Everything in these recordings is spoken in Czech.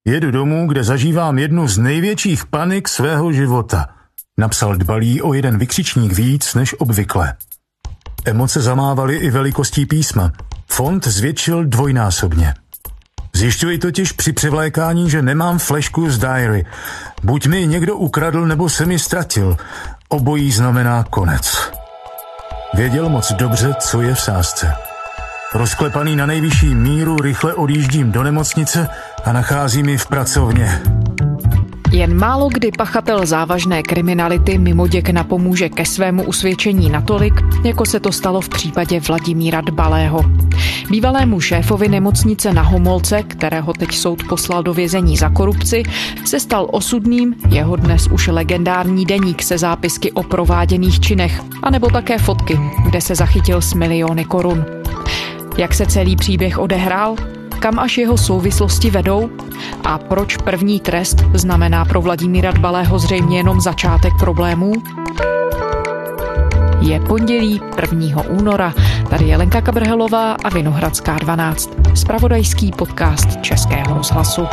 Jedu domů, kde zažívám jednu z největších panik svého života. Napsal Dbalý o jeden vykřičník víc než obvykle. Emoce zamávaly i velikostí písma. Font zvětšil dvojnásobně. Zjišťuji totiž při převlékání, že nemám flešku z diary. Buď mi někdo ukradl, nebo se mi ztratil. Obojí znamená konec. Věděl moc dobře, co je v sázce. Rozklepaný na nejvyšší míru rychle odjíždím do nemocnice a nacházím ji v pracovně. Jen málo kdy pachatel závažné kriminality mimoděk napomůže ke svému usvědčení natolik, jako se to stalo v případě Vladimíra Dbalého. Bývalému šéfovi nemocnice na Homolce, kterého teď soud poslal do vězení za korupci, se stal osudným jeho dnes už legendární deník se zápisky o prováděných činech, anebo také fotky, kde se zachytil s miliony korun. Jak se celý příběh odehrál? Kam až jeho souvislosti vedou? A proč první trest znamená pro Vladimíra Dbalého zřejmě jenom začátek problémů? Je pondělí 1. února. Tady je Lenka Kabrhelová a Vinohradská 12. Zpravodajský podcast Českého rozhlasu.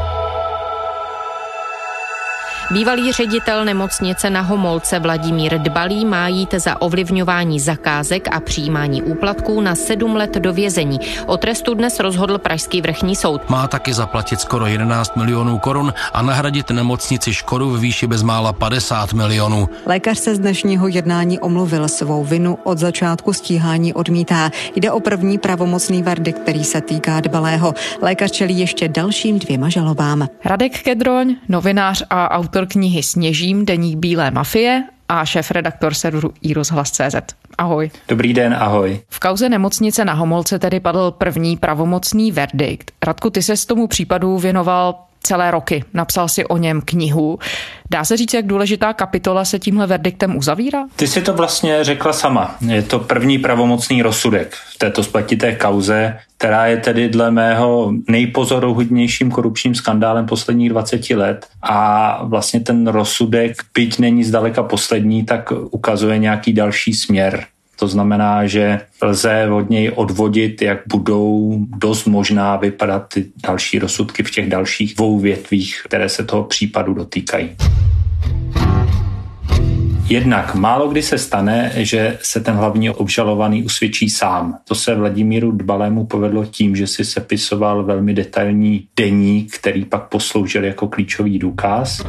Bývalý ředitel nemocnice na Homolce Vladimír Dbalý má jít za ovlivňování zakázek a přijímání úplatků na 7 let do vězení. O trestu dnes rozhodl pražský vrchní soud. Má taky zaplatit skoro 11 milionů korun a nahradit nemocnici škodu ve výši bezmála 50 milionů. Lékař se z dnešního jednání omluvil, svou vinu od začátku stíhání odmítá. Jde o první pravomocný verdikt, který se týká Dbalého. Lékař čelí ještě dalším 2 žalobám. Radek Kedroň, novinář a autor knihy Sněžím, deník Bílé mafie a šéfredaktor serveru iRozhlas.cz. Ahoj. Dobrý den, ahoj. V kauze nemocnice na Homolce tedy padl první pravomocný verdikt. Radku, ty ses tomu případu věnoval celé roky. Napsal si o něm knihu. Dá se říct, jak důležitá kapitola se tímhle verdiktem uzavírá? Ty si to vlastně řekla sama. Je to první pravomocný rozsudek v této spletité kauze, která je tedy dle mého nejpozoruhodnějším korupčním skandálem posledních 20 let. A vlastně ten rozsudek, byť není zdaleka poslední, tak ukazuje nějaký další směr. To znamená, že lze od něj odvodit, jak budou dost možná vypadat ty další rozsudky v těch dalších 2 větvích, které se toho případu dotýkají. Jednak málo kdy se stane, že se ten hlavní obžalovaný usvědčí sám. To se Vladimíru Dbalému povedlo tím, že si sepisoval velmi detailní deník, který pak posloužil jako klíčový důkaz.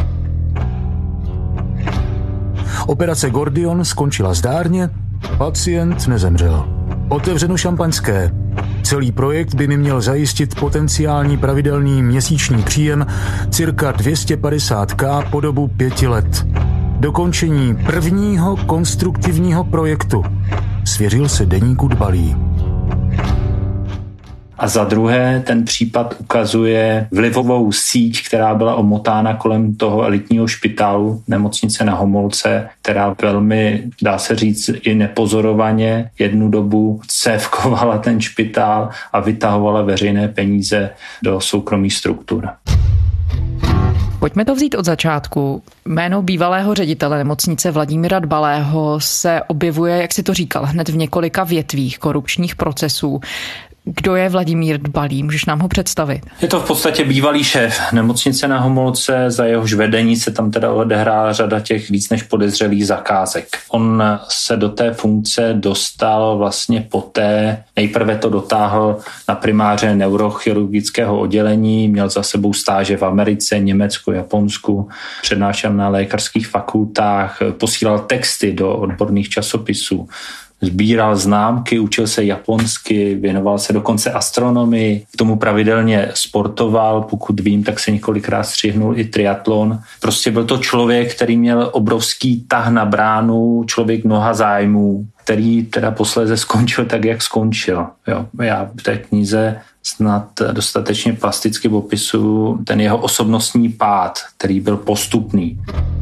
Operace Gordion skončila zdárně, pacient nezemřel. Otevřeno šampaňské. Celý projekt by mi měl zajistit potenciální pravidelný měsíční příjem cirka 250K po dobu 5 let. Dokončení prvního konstruktivního projektu. Svěřil se deníku Dbalý. A za druhé, ten případ ukazuje vlivovou síť, která byla omotána kolem toho elitního špitálu nemocnice na Homolce, která velmi, dá se říct, i nepozorovaně jednu dobu cévkovala ten špitál a vytahovala veřejné peníze do soukromých struktur. Pojďme to vzít od začátku. Jméno bývalého ředitele nemocnice Vladimíra Dbalého se objevuje, jak si to říkal, hned v několika větvích korupčních procesů. Kdo je Vladimír Dbalý? Můžeš nám ho představit? Je to v podstatě bývalý šéf nemocnice na Homolce, za jehož vedení se tam teda odehrá řada těch víc než podezřelých zakázek. On se do té funkce dostal vlastně poté, nejprve to dotáhl na primáře neurochirurgického oddělení, měl za sebou stáže v Americe, Německu, Japonsku, přednášel na lékařských fakultách, posílal texty do odborných časopisů. Sbíral známky, učil se japonsky, věnoval se dokonce astronomii, k tomu pravidelně sportoval, pokud vím, tak se několikrát střihnul i triatlon. Prostě byl to člověk, který měl obrovský tah na bránu, člověk mnoha zájmů, který teda posléze skončil tak, jak skončil. Jo. Já v té knize snad dostatečně plasticky popisuju ten jeho osobnostní pád, který byl postupný.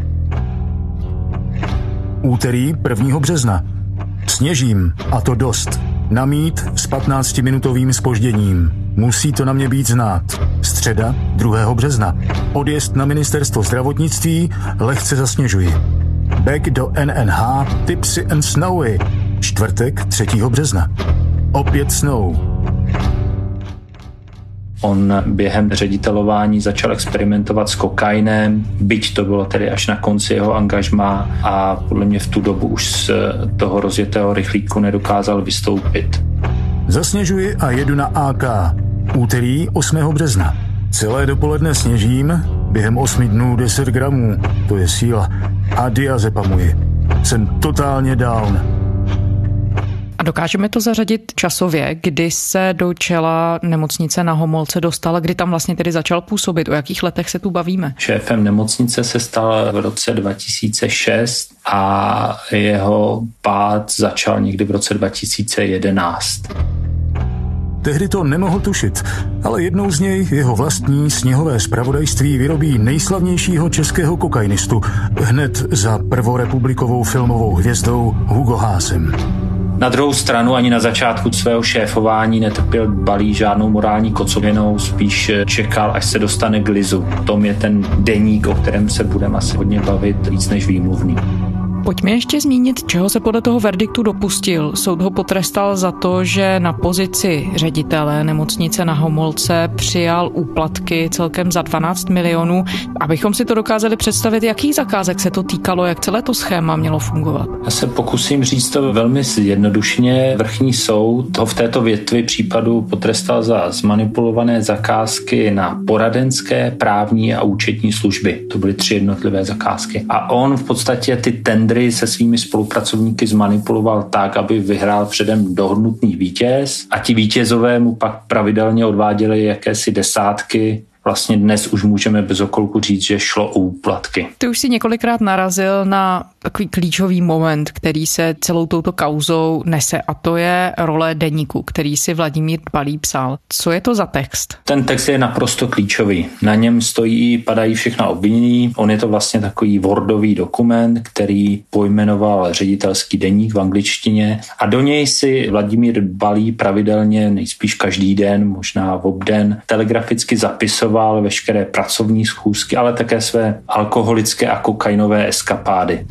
Úterý 1. března. Sněžím, a to dost. Na mít s 15-minutovým zpožděním. Musí to na mě být znát. Středa 2. března. Odjezd na ministerstvo zdravotnictví, lehce zasněžuji. Back do NNH, tipsy and snowy. Čtvrtek 3. března. Opět snow. On během ředitelování začal experimentovat s kokainem, byť to bylo tedy až na konci jeho angažmá a podle mě v tu dobu už z toho rozjetého rychlíku nedokázal vystoupit. Zasněžuji a jedu na AK. Úterý 8. března. Celé dopoledne sněžím, během 8 dnů 10 gramů, to je síla, a diazepamuji. Jsem totálně down. A dokážeme to zařadit časově, kdy se do čela nemocnice na Homolce dostal, kdy tam vlastně tedy začal působit? O jakých letech se tu bavíme? Šéfem nemocnice se stal v roce 2006 a jeho pád začal někdy v roce 2011. Tehdy to nemohl tušit, ale jednou z něj jeho vlastní sněhové zpravodajství vyrobí nejslavnějšího českého kokainistu, hned za prvorepublikovou filmovou hvězdou Hugo Haasem. Na druhou stranu ani na začátku svého šéfování netrpěl Dbalý žádnou morální kocovinou, spíš čekal, až se dostane k Lizu. V tom je ten deník, o kterém se budeme asi hodně bavit, víc než výmluvný. Pojďme ještě zmínit, čeho se podle toho verdiktu dopustil. Soud ho potrestal za to, že na pozici ředitele nemocnice na Homolce přijal úplatky celkem za 12 milionů. Abychom si to dokázali představit, jakých zakázek se to týkalo, jak celé to schéma mělo fungovat. Já se pokusím říct to velmi zjednodušeně. Vrchní soud ho v této větvi případu potrestal za zmanipulované zakázky na poradenské, právní a účetní služby. To byly 3 jednotlivé zakázky. A on v podstatě ty tendry se svými spolupracovníky zmanipuloval tak, aby vyhrál předem dohodnutý vítěz a ti vítězové mu pak pravidelně odváděli jakési desátky. Vlastně dnes už můžeme bez okolku říct, že šlo o úplatky. Ty už si několikrát narazil na takový klíčový moment, který se celou touto kauzou nese, a to je role deníku, který si Vladimír Dbalý psal. Co je to za text? Ten text je naprosto klíčový. Na něm padají všechna obvinění. On je to vlastně takový wordový dokument, který pojmenoval ředitelský deník v angličtině a do něj si Vladimír Dbalý pravidelně, nejspíš každý den, možná v obden, telegraficky zapisoval veškeré pracovní schůzky, ale také své alkoholické a kokainové eskapády.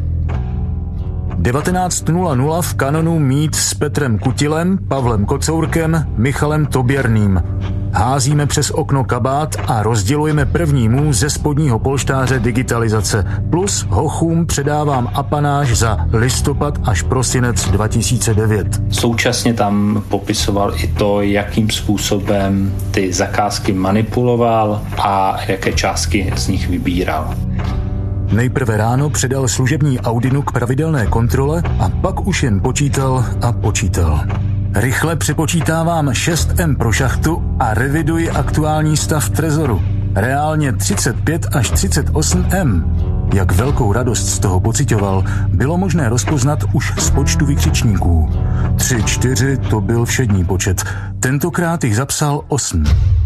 19:00 v Kanonu mít s Petrem Kutilem, Pavlem Kocourkem, Michalem Toběrným. Házíme přes okno kabát a rozdělujeme prvnímu ze spodního polštáře digitalizace. Plus hochům předávám apanáž za listopad až prosinec 2009. Současně tam popisoval i to, jakým způsobem ty zakázky manipuloval a jaké částky z nich vybíral. Nejprve ráno předal služební Audinu k pravidelné kontrole a pak už jen počítal a počítal. Rychle přepočítávám 6M pro šachtu a reviduji aktuální stav trezoru. Reálně 35 až 38M. Jak velkou radost z toho pociťoval, bylo možné rozpoznat už z počtu vykřičníků. 3, 4 to byl všední počet. Tentokrát jich zapsal 8.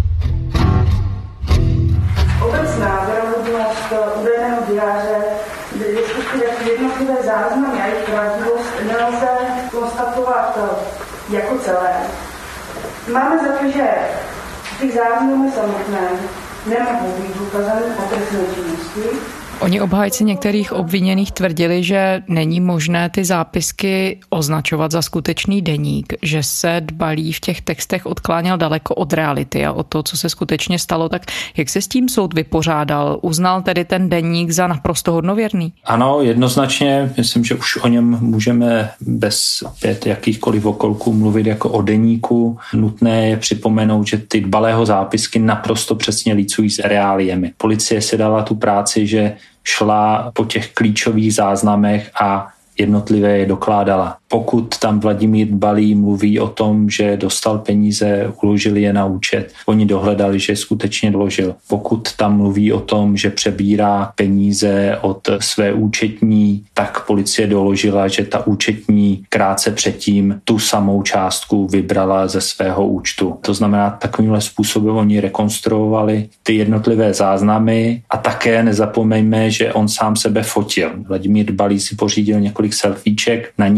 Obecná věrohodnost údajného diáře, respektive jednotlivé záznamy a jejich pravdivost nelze konstatovat jako celé. Máme za to, že ty záznamy samotné nemohou být důkazem o trestné činnosti. Oni obhájci některých obviněných tvrdili, že není možné ty zápisky označovat za skutečný deník, že se Dbalý v těch textech odkláněl daleko od reality a od toho, co se skutečně stalo. Tak jak se s tím soud vypořádal? Uznal tedy ten deník za naprosto hodnověrný? Ano, jednoznačně. Myslím, že už o něm můžeme bez jakýchkoliv okolků mluvit jako o deníku. Nutné je připomenout, že ty Dbalého zápisky naprosto přesně lícují s reáliemi. Policie si dala tu práci, že šla po těch klíčových záznamech a jednotlivé je dokládala. Pokud tam Vladimír Dbalý mluví o tom, že dostal peníze, uložili je na účet, oni dohledali, že skutečně doložil. Pokud tam mluví o tom, že přebírá peníze od své účetní, tak policie doložila, že ta účetní krátce předtím tu samou částku vybrala ze svého účtu. To znamená, takovýmhle způsobem oni rekonstruovali ty jednotlivé záznamy a také nezapomeňme, že on sám sebe fotil. Vladimír Dbalý si pořídil několik selfieček, na nich stojí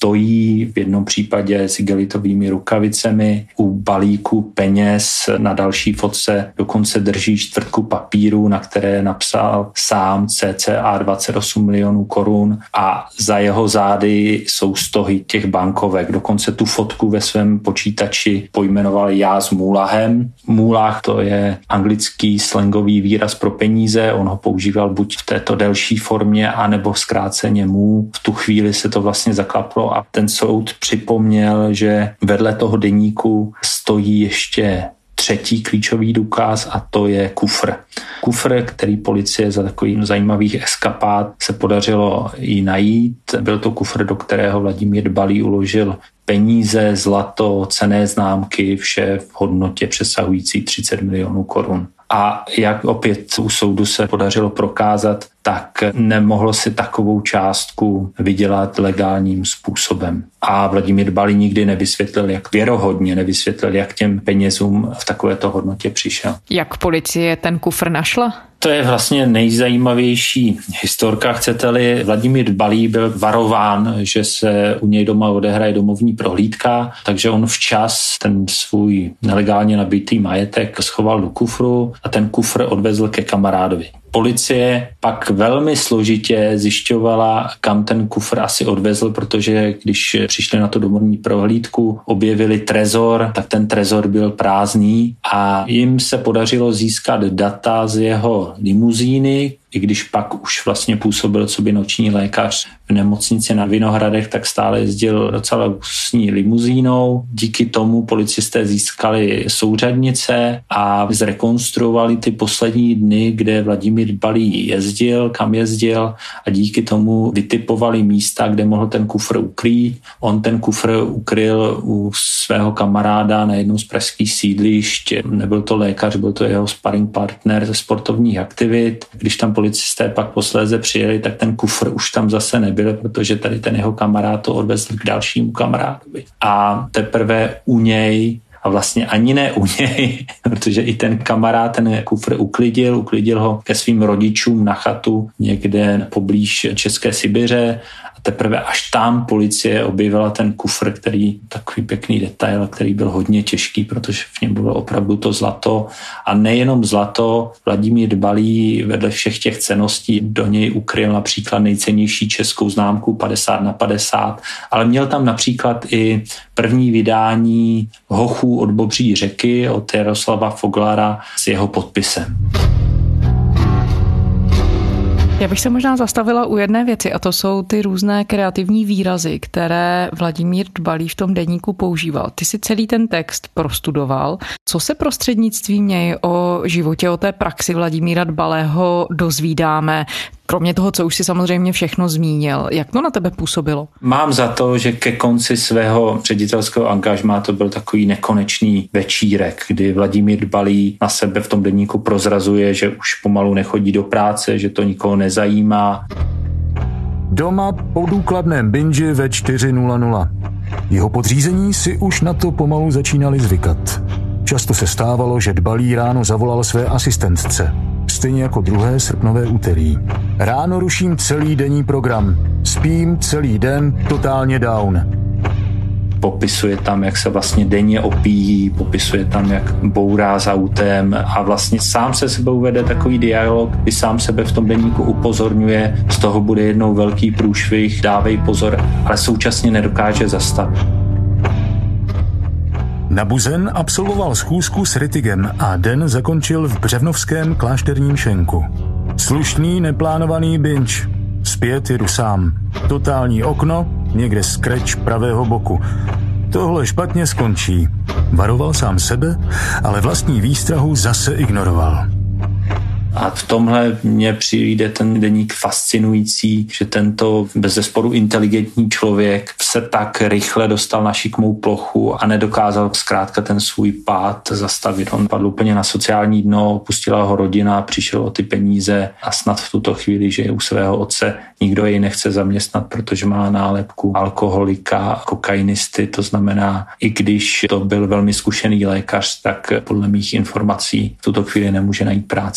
stojí, v jednom případě s igelitovými rukavicemi, u balíku peněz na další fotce dokonce drží čtvrtku papíru, na které napsal sám cca 28 milionů korun a za jeho zády jsou stohy těch bankovek. Dokonce tu fotku ve svém počítači pojmenoval já s Múlahem. Múlah to je anglický slangový výraz pro peníze, on ho používal buď v této delší formě, anebo zkráceně Mů. V tu chvíli se to vlastně zaklaplo a ten soud připomněl, že vedle toho deníku stojí ještě třetí klíčový důkaz a to je kufr. Kufr, který policie za takových zajímavých eskapád se podařilo i najít. Byl to kufr, do kterého Vladimír Dbalý uložil peníze, zlato, cenné známky, vše v hodnotě přesahující 30 milionů korun. A jak opět u soudu se podařilo prokázat, tak nemohlo si takovou částku vydělat legálním způsobem. A Vladimír Dbalý nikdy nevysvětlil, jak věrohodně nevysvětlil, jak těm penězům v takovéto hodnotě přišel. Jak policie ten kufr našla? To je vlastně nejzajímavější historka, chcete-li. Vladimír Dbalý byl varován, že se u něj doma odehraje domovní prohlídka, takže on včas ten svůj nelegálně nabitý majetek schoval do kufru a ten kufr odvezl ke kamarádovi. Policie pak velmi složitě zjišťovala, kam ten kufr asi odvezl, protože když přišli na tu domovní prohlídku, objevili trezor, tak ten trezor byl prázdný a jim se podařilo získat data z jeho limuzíny, i když pak už vlastně působil coby noční lékař v nemocnici na Vinohradech, tak stále jezdil docela luxusní limuzínou. Díky tomu policisté získali souřadnice a zrekonstruovali ty poslední dny, kde Vladimír Dbalý jezdil, kam jezdil a díky tomu vytipovali místa, kde mohl ten kufr ukrýt. On ten kufr ukryl u svého kamaráda na jednom z pražských sídlišť. Nebyl to lékař, byl to jeho sparring partner ze sportovních aktivit. Když tam policisté pak posléze přijeli, tak ten kufr už tam zase nebyl, protože tady ten jeho kamarád to odvezl k dalšímu kamarádovi. A teprve u něj, a vlastně ani ne u něj, protože i ten kamarád ten kufr uklidil ho ke svým rodičům na chatu někde poblíž České Sibiře. A teprve až tam policie objevila ten kufr, který, takový pěkný detail, který byl hodně těžký, protože v něm bylo opravdu to zlato. A nejenom zlato, Vladimír Dbalý vedle všech těch cenností do něj ukryl například nejcennější českou známku 50/50, ale měl tam například i první vydání Hochů od Bobří řeky od Jaroslava Foglara s jeho podpisem. Já bych se možná zastavila u jedné věci a to jsou ty různé kreativní výrazy, které Vladimír Dbalý v tom deníku používal. Ty si celý ten text prostudoval. Co se prostřednictvím něj o životě, o té praxi Vladimíra Dbalého dozvídáme? Kromě toho, co už si samozřejmě všechno zmínil. Jak to na tebe působilo? Mám za to, že ke konci svého ředitelského angažmá to byl takový nekonečný večírek, kdy Vladimír Dbalý na sebe v tom deníku prozrazuje, že už pomalu nechodí do práce, že to nikoho nezajímá. Doma po důkladném binži ve 4:00. Jeho podřízení si už na to pomalu začínali zvykat. Často se stávalo, že Dbalý ráno zavolal své asistentce. Stejně jako 2. srpnové úterý. Ráno ruším celý denní program. Spím celý den, totálně down. Popisuje tam, jak se vlastně denně opíjí, popisuje tam, jak bourá za autem a vlastně sám se sebou vede takový dialog, kdy sám sebe v tom deníku upozorňuje, z toho bude jednou velký průšvih, dávej pozor, ale současně nedokáže zastavit. Nabuzen absolvoval schůzku s Rittigem a den zakončil v břevnovském klášterním šenku. Slušný, neplánovaný binge. Zpět jedu sám. Totální okno, někde skreč pravého boku. Tohle špatně skončí. Varoval sám sebe, ale vlastní výstrahu zase ignoroval. A v tomhle mně přijde ten deník fascinující, že tento bezesporu inteligentní člověk se tak rychle dostal na šikmou plochu a nedokázal zkrátka ten svůj pád zastavit. On padl úplně na sociální dno, opustila ho rodina, přišel o ty peníze a snad v tuto chvíli, že u svého otce nikdo jej nechce zaměstnat, protože má nálepku alkoholika, kokainisty, to znamená, i když to byl velmi zkušený lékař, tak podle mých informací v tuto chvíli nemůže najít práci a je bez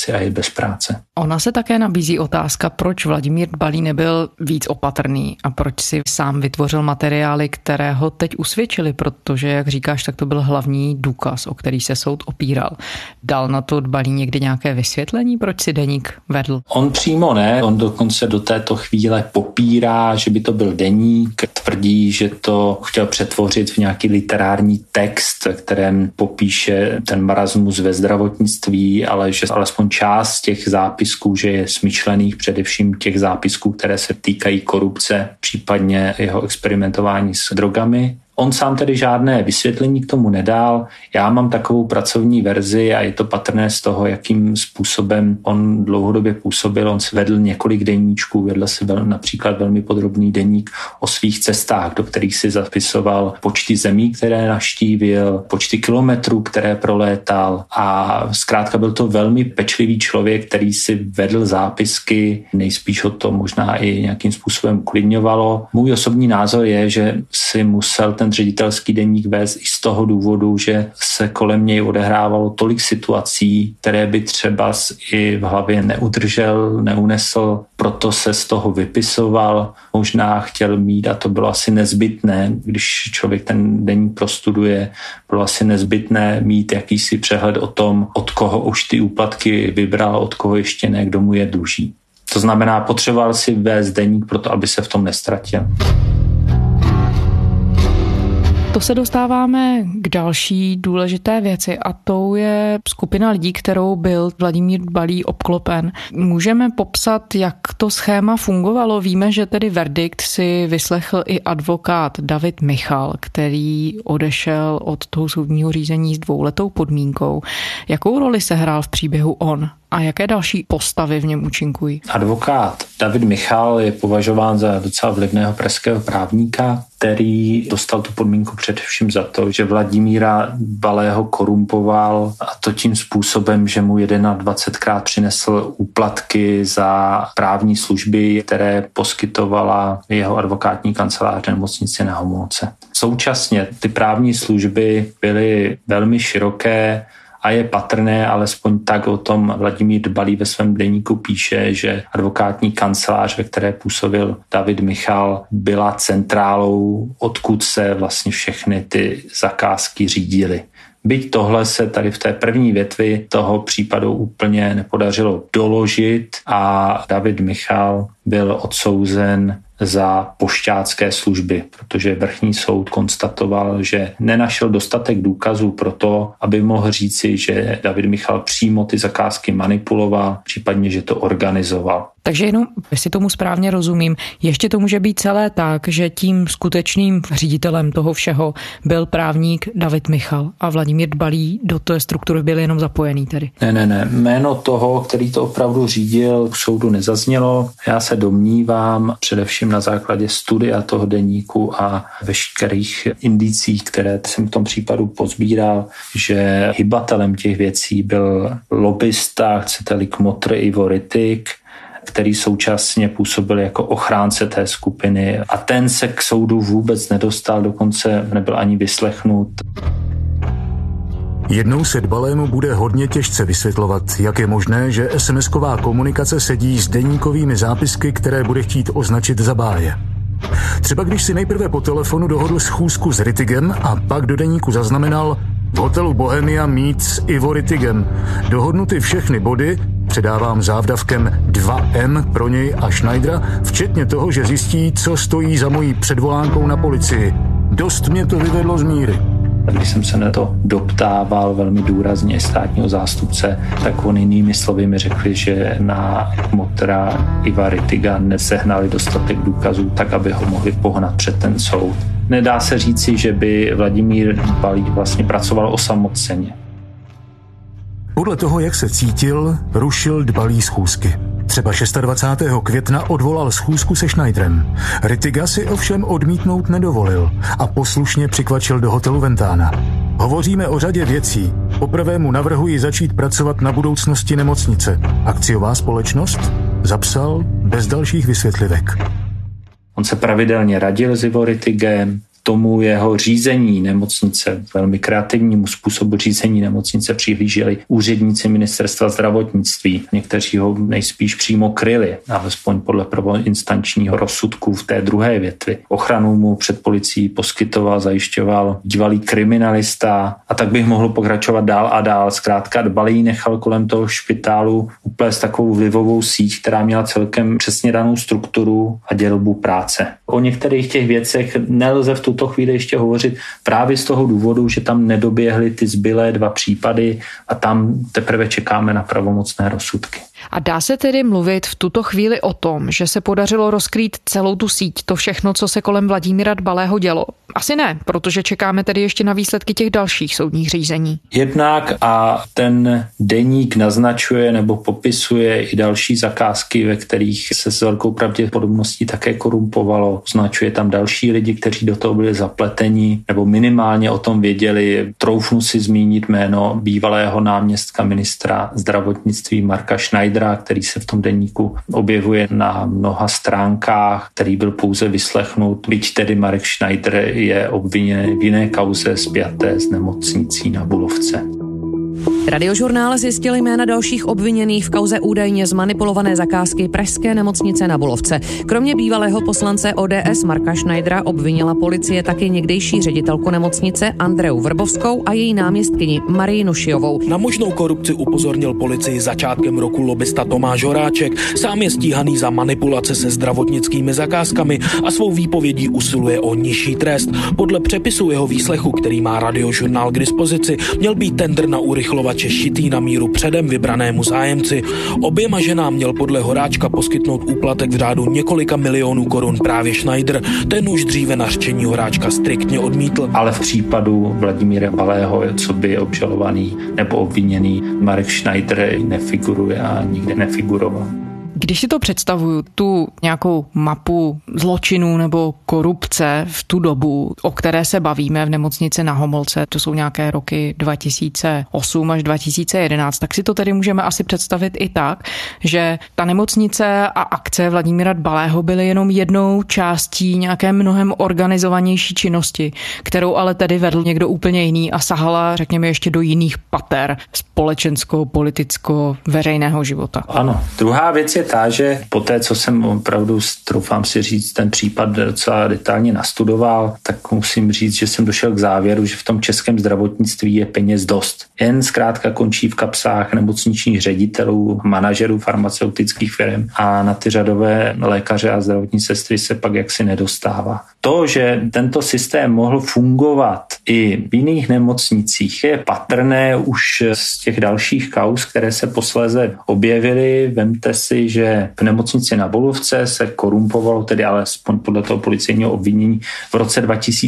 práce. Ona se také nabízí otázka, proč Vladimír Dbalý nebyl víc opatrný a proč si sám vytvořil materiály, které ho teď usvědčily, protože, jak říkáš, tak to byl hlavní důkaz, o který se soud opíral. Dal na to Dbalý někdy nějaké vysvětlení, proč si deník vedl? On přímo ne, on dokonce do této chvíle popírá, že by to byl deník, tvrdí, že to chtěl přetvořit v nějaký literární text, kterém popíše ten marasmus ve zdravotnictví, ale že alespoň část těch zápisků, že je smyšlených, především těch zápisků, které se týkají korupce, případně jeho experimentování s drogami. On sám tedy žádné vysvětlení k tomu nedal. Já mám takovou pracovní verzi a je to patrné z toho, jakým způsobem on dlouhodobě působil. On si vedl několik deníčků, vedl si například velmi podrobný deník o svých cestách, do kterých si zapisoval počty zemí, které navštívil, počty kilometrů, které prolétal a zkrátka byl to velmi pečlivý člověk, který si vedl zápisky, nejspíš ho to možná i nějakým způsobem uklidňovalo. Můj osobní názor je, že si musel ten ředitelský deník vést i z toho důvodu, že se kolem něj odehrávalo tolik situací, které by třeba i v hlavě neudržel, neunesl, proto se z toho vypisoval, možná chtěl mít, a to bylo asi nezbytné, když člověk ten deník prostuduje, bylo asi nezbytné mít jakýsi přehled o tom, od koho už ty úplatky vybral, od koho ještě ne, kdo mu je dluží. To znamená, potřeboval si vést deník proto, aby se v tom nestratil. To se dostáváme k další důležité věci a tou je skupina lidí, kterou byl Vladimír Dbalý obklopen. Můžeme popsat, jak to schéma fungovalo? Víme, že tedy verdikt si vyslechl i advokát David Michal, který odešel od toho soudního řízení s 2letou podmínkou. Jakou roli sehrál v příběhu on? A jaké další postavy v něm účinkují? Advokát David Michal je považován za docela vlivného pražského právníka, který dostal tu podmínku především za to, že Vladimíra Dbalého korumpoval, a to tím způsobem, že mu 21krát přinesl úplatky za právní služby, které poskytovala jeho advokátní kancelář Nemocnici Na Homolce. Současně ty právní služby byly velmi široké, a je patrné, alespoň tak o tom Vladimír Dbalý ve svém deníku píše, že advokátní kancelář, ve které působil David Michal, byla centrálou, odkud se vlastně všechny ty zakázky řídily. Byť tohle se tady v té první větvi toho případu úplně nepodařilo doložit a David Michal byl odsouzen za pošťácké služby, protože vrchní soud konstatoval, že nenašel dostatek důkazů pro to, aby mohl říci, že David Michal přímo ty zakázky manipuloval, případně, že to organizoval. Takže jenom, jestli tomu správně rozumím, ještě to může být celé tak, že tím skutečným ředitelem toho všeho byl právník David Michal a Vladimír Dbalý do té struktury byl jenom zapojený tedy. Ne. Jméno toho, který to opravdu řídil, k soudu nezaznělo. Já se domnívám, především na základě studia toho deníku a veškerých indicií, které jsem v tom případu pozbíral, že hybatelem těch věcí byl lobista, chcete-li kmotr Ivo Rittig, který současně působil jako ochránce té skupiny a ten se k soudu vůbec nedostal, dokonce nebyl ani vyslechnut. Jednou se Dbalému bude hodně těžce vysvětlovat, jak je možné, že SMS-ková komunikace sedí s deníkovými zápisky, které bude chtít označit za báje. Třeba když si nejprve po telefonu dohodl schůzku s Rittigem a pak do deníku zaznamenal v hotelu Bohemia meet s Ivo Rittigem. Dohodnuty všechny body, předávám závdavkem 2M pro něj a Schneidera, včetně toho, že zjistí, co stojí za mojí předvolánkou na policii. Dost mě to vyvedlo z míry. Když jsem se na to doptával velmi důrazně státního zástupce, tak on jinými slovy mi řekli, že na kmotra Iva Rittiga nesehnali dostatek důkazů, tak aby ho mohli pohnat před ten soud. Nedá se říci, že by Vladimír Dbalý vlastně pracoval osamoceně. Podle toho, jak se cítil, rušil Dbalý schůzky. Třeba 26. května odvolal schůzku se Schneiderem. Rittiga si ovšem odmítnout nedovolil a poslušně přikvačil do hotelu Ventana. Hovoříme o řadě věcí. Poprvé mu navrhuji začít pracovat na budoucnosti nemocnice. Akciová společnost? Zapsal bez dalších vysvětlivek. On se pravidelně radil s Ivo Rittigem, tomu jeho řízení nemocnice, velmi kreativnímu způsobu řízení nemocnice přihlíželi úředníci ministerstva zdravotnictví. Někteří ho nejspíš přímo kryli, alespoň podle prvoinstančního rozsudku v té druhé větvi. Ochranu mu před policií poskytoval, zajišťoval bývalý kriminalista a tak bych mohl pokračovat dál a dál. Zkrátka Dbalý nechal kolem toho špitálu uplést takovou vlivovou síť, která měla celkem přesně danou strukturu a dělbu práce. O některých těch věcech nelze v tuto chvíli ještě hovořit právě z toho důvodu, že tam nedoběhly ty zbylé 2 případy a tam teprve čekáme na pravomocné rozsudky. A dá se tedy mluvit v tuto chvíli o tom, že se podařilo rozkrýt celou tu síť, to všechno, co se kolem Vladimíra Dbalého dělo? Asi ne, protože čekáme tedy ještě na výsledky těch dalších soudních řízení. Jednak a ten deník naznačuje nebo popisuje i další zakázky, ve kterých se s velkou pravděpodobností také korumpovalo. Označuje tam další lidi, kteří do toho byli zapleteni nebo minimálně o tom věděli. Troufnu si zmínit jméno bývalého náměstka ministra zdravotnictví Marka Schneidera, který se v tom deníku objevuje na mnoha stránkách, který byl pouze vyslechnut, byť tedy Marek Schneider je obviněn v jiné kauze spjaté s nemocnicí na Bulovce. Radiožurnál zjistil jména dalších obviněných v kauze údajně zmanipulované zakázky pražské nemocnice na Bulovce. Kromě bývalého poslance ODS Marka Schneidera obvinila policie taky někdejší ředitelku nemocnice Andreu Vrbovskou a její náměstkyni Marii Nušiovou. Na možnou korupci upozornil policii začátkem roku lobista Tomáš Horáček. Sám je stíhaný za manipulace se zdravotnickými zakázkami a svou výpovědí usiluje o nižší trest. Podle přepisu jeho výslechu, který má Radiožurnál k dispozici, měl být tendr na urychlovače šitý na míru předem vybranému zájemci. Oběma ženám měl podle Horáčka poskytnout úplatek v řádu několika milionů korun právě Schneider. Ten už dříve nařčení Horáčka striktně odmítl. Ale v případu Vladimíra Dbalého, co by obžalovaný nebo obviněný Marek Schneider nefiguruje a nikde nefiguroval. Když si to představuju, tu nějakou mapu zločinů nebo korupce v tu dobu, o které se bavíme v nemocnici na Homolce, to jsou nějaké roky 2008 až 2011, tak si to tedy můžeme asi představit i tak, že ta nemocnice a akce Vladimíra Dbalého byly jenom jednou částí nějaké mnohem organizovanější činnosti, kterou ale tedy vedl někdo úplně jiný a sahala, řekněme, ještě do jiných pater společensko-politicko-veřejného života. Ano, druhá věc je ta, že po té, co jsem opravdu, troufám si říct, ten případ docela detailně nastudoval, tak musím říct, že jsem došel k závěru, že v tom českém zdravotnictví je peněz dost. Jen zkrátka končí v kapsách nemocničních ředitelů, manažerů farmaceutických firm a na ty řadové lékaře a zdravotní sestry se pak jaksi nedostává. To, že tento systém mohl fungovat i v jiných nemocnicích, je patrné už z těch dalších kauz, které se posléze objevily. Vemte si, že v nemocnici na Bulovce se korumpovalo, tedy alespoň podle toho policejního obvinění, v roce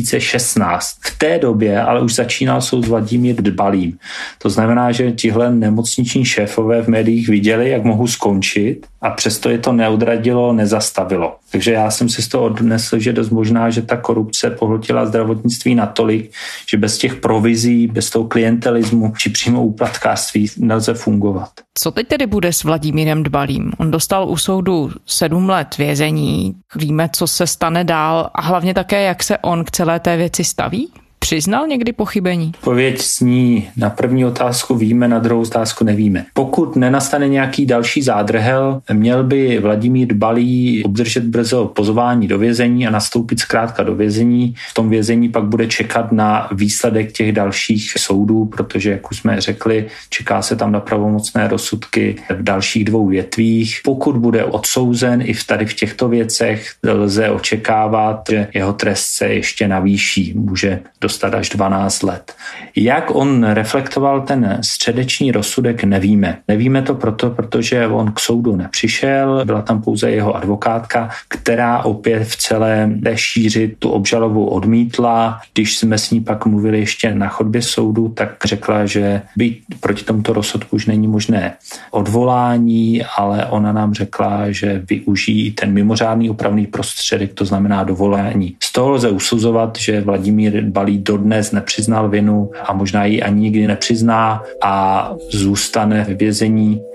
2016. V té době ale už začínal soud s Vladimírem Dbalým. To znamená, že tihle nemocniční šéfové v médiích viděli, jak mohou skončit a přesto je to neodradilo, nezastavilo. Takže já jsem si z toho odnesl, že dost možná, že ta korupce pohltila zdravotnictví natolik, že bez těch provizí, bez toho klientelismu či přímo úplatkářství nelze fungovat. Co teď tedy bude s Vladimírem Dbalým? On dostal u soudu 7 let vězení. Víme, co se stane dál a hlavně také, jak se on k celé té věci staví? Přiznal někdy pochybení? Odpověď zní: na první otázku víme, na druhou otázku nevíme. Pokud nenastane nějaký další zádrhel, měl by Vladimír Dbalý obdržet brzo pozvání do vězení a nastoupit zkrátka do vězení. V tom vězení pak bude čekat na výsledek těch dalších soudů, protože, jak už jsme řekli, čeká se tam na pravomocné rozsudky v dalších 2 větvích. Pokud bude odsouzen i tady v těchto věcech, lze očekávat, že jeho trest se ještě navýší. Může dostat až 12 let. Jak on reflektoval ten středeční rozsudek, nevíme. Nevíme to protože on k soudu nepřišel, byla tam pouze jeho advokátka, která opět v celé té šíři tu obžalobu odmítla. Když jsme s ní pak mluvili ještě na chodbě soudu, tak řekla, že by proti tomuto rozsudku už není možné odvolání, ale ona nám řekla, že využijí ten mimořádný opravný prostředek, to znamená dovolání. Z toho lze usuzovat, že Vladimír Dbalý dodnes nepřiznal vinu a možná ji ani nikdy nepřizná a zůstane ve vězení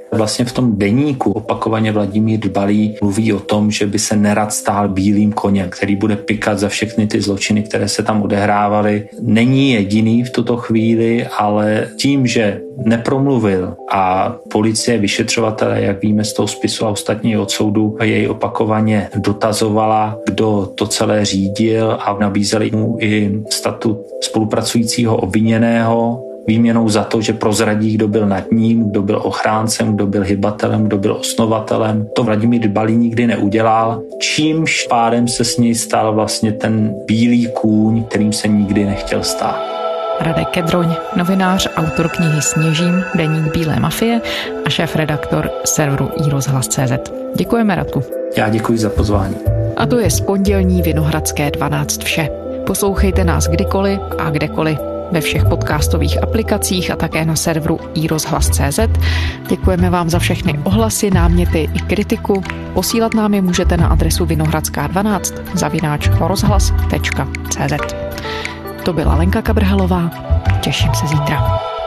Vlastně v tom deníku opakovaně Vladimír Dbalý mluví o tom, že by se nerad stál bílým koněm, který bude pikat za všechny ty zločiny, které se tam odehrávaly. Není jediný v tuto chvíli, ale tím, že nepromluvil a policie, vyšetřovatelé, jak víme z toho spisu a ostatní od soudu, jej opakovaně dotazovala, kdo to celé řídil a nabízeli mu i statut spolupracujícího obviněného výměnou za to, že prozradí, kdo byl nad ním, kdo byl ochráncem, kdo byl hybatelem, kdo byl osnovatelem. To Vladimír Dbalý nikdy neudělal, čímž pádem se s něj stal vlastně ten bílý kůň, kterým se nikdy nechtěl stát. Radek Kedroň, novinář, autor knihy Sněžím, deník Bílé mafie a šéfredaktor serveru iRozhlas.cz. Děkujeme, Radku. Já děkuji za pozvání. A to je z pondělní Vinohradské 12 vše. Poslouchejte nás kdykoliv a kdekoliv ve všech podcastových aplikacích a také na serveru iRozhlas.cz. Děkujeme vám za všechny ohlasy, náměty i kritiku. Posílat nám je můžete na adresu vinohradská12@rozhlas.cz. To byla Lenka Kabrhalová. Těším se zítra.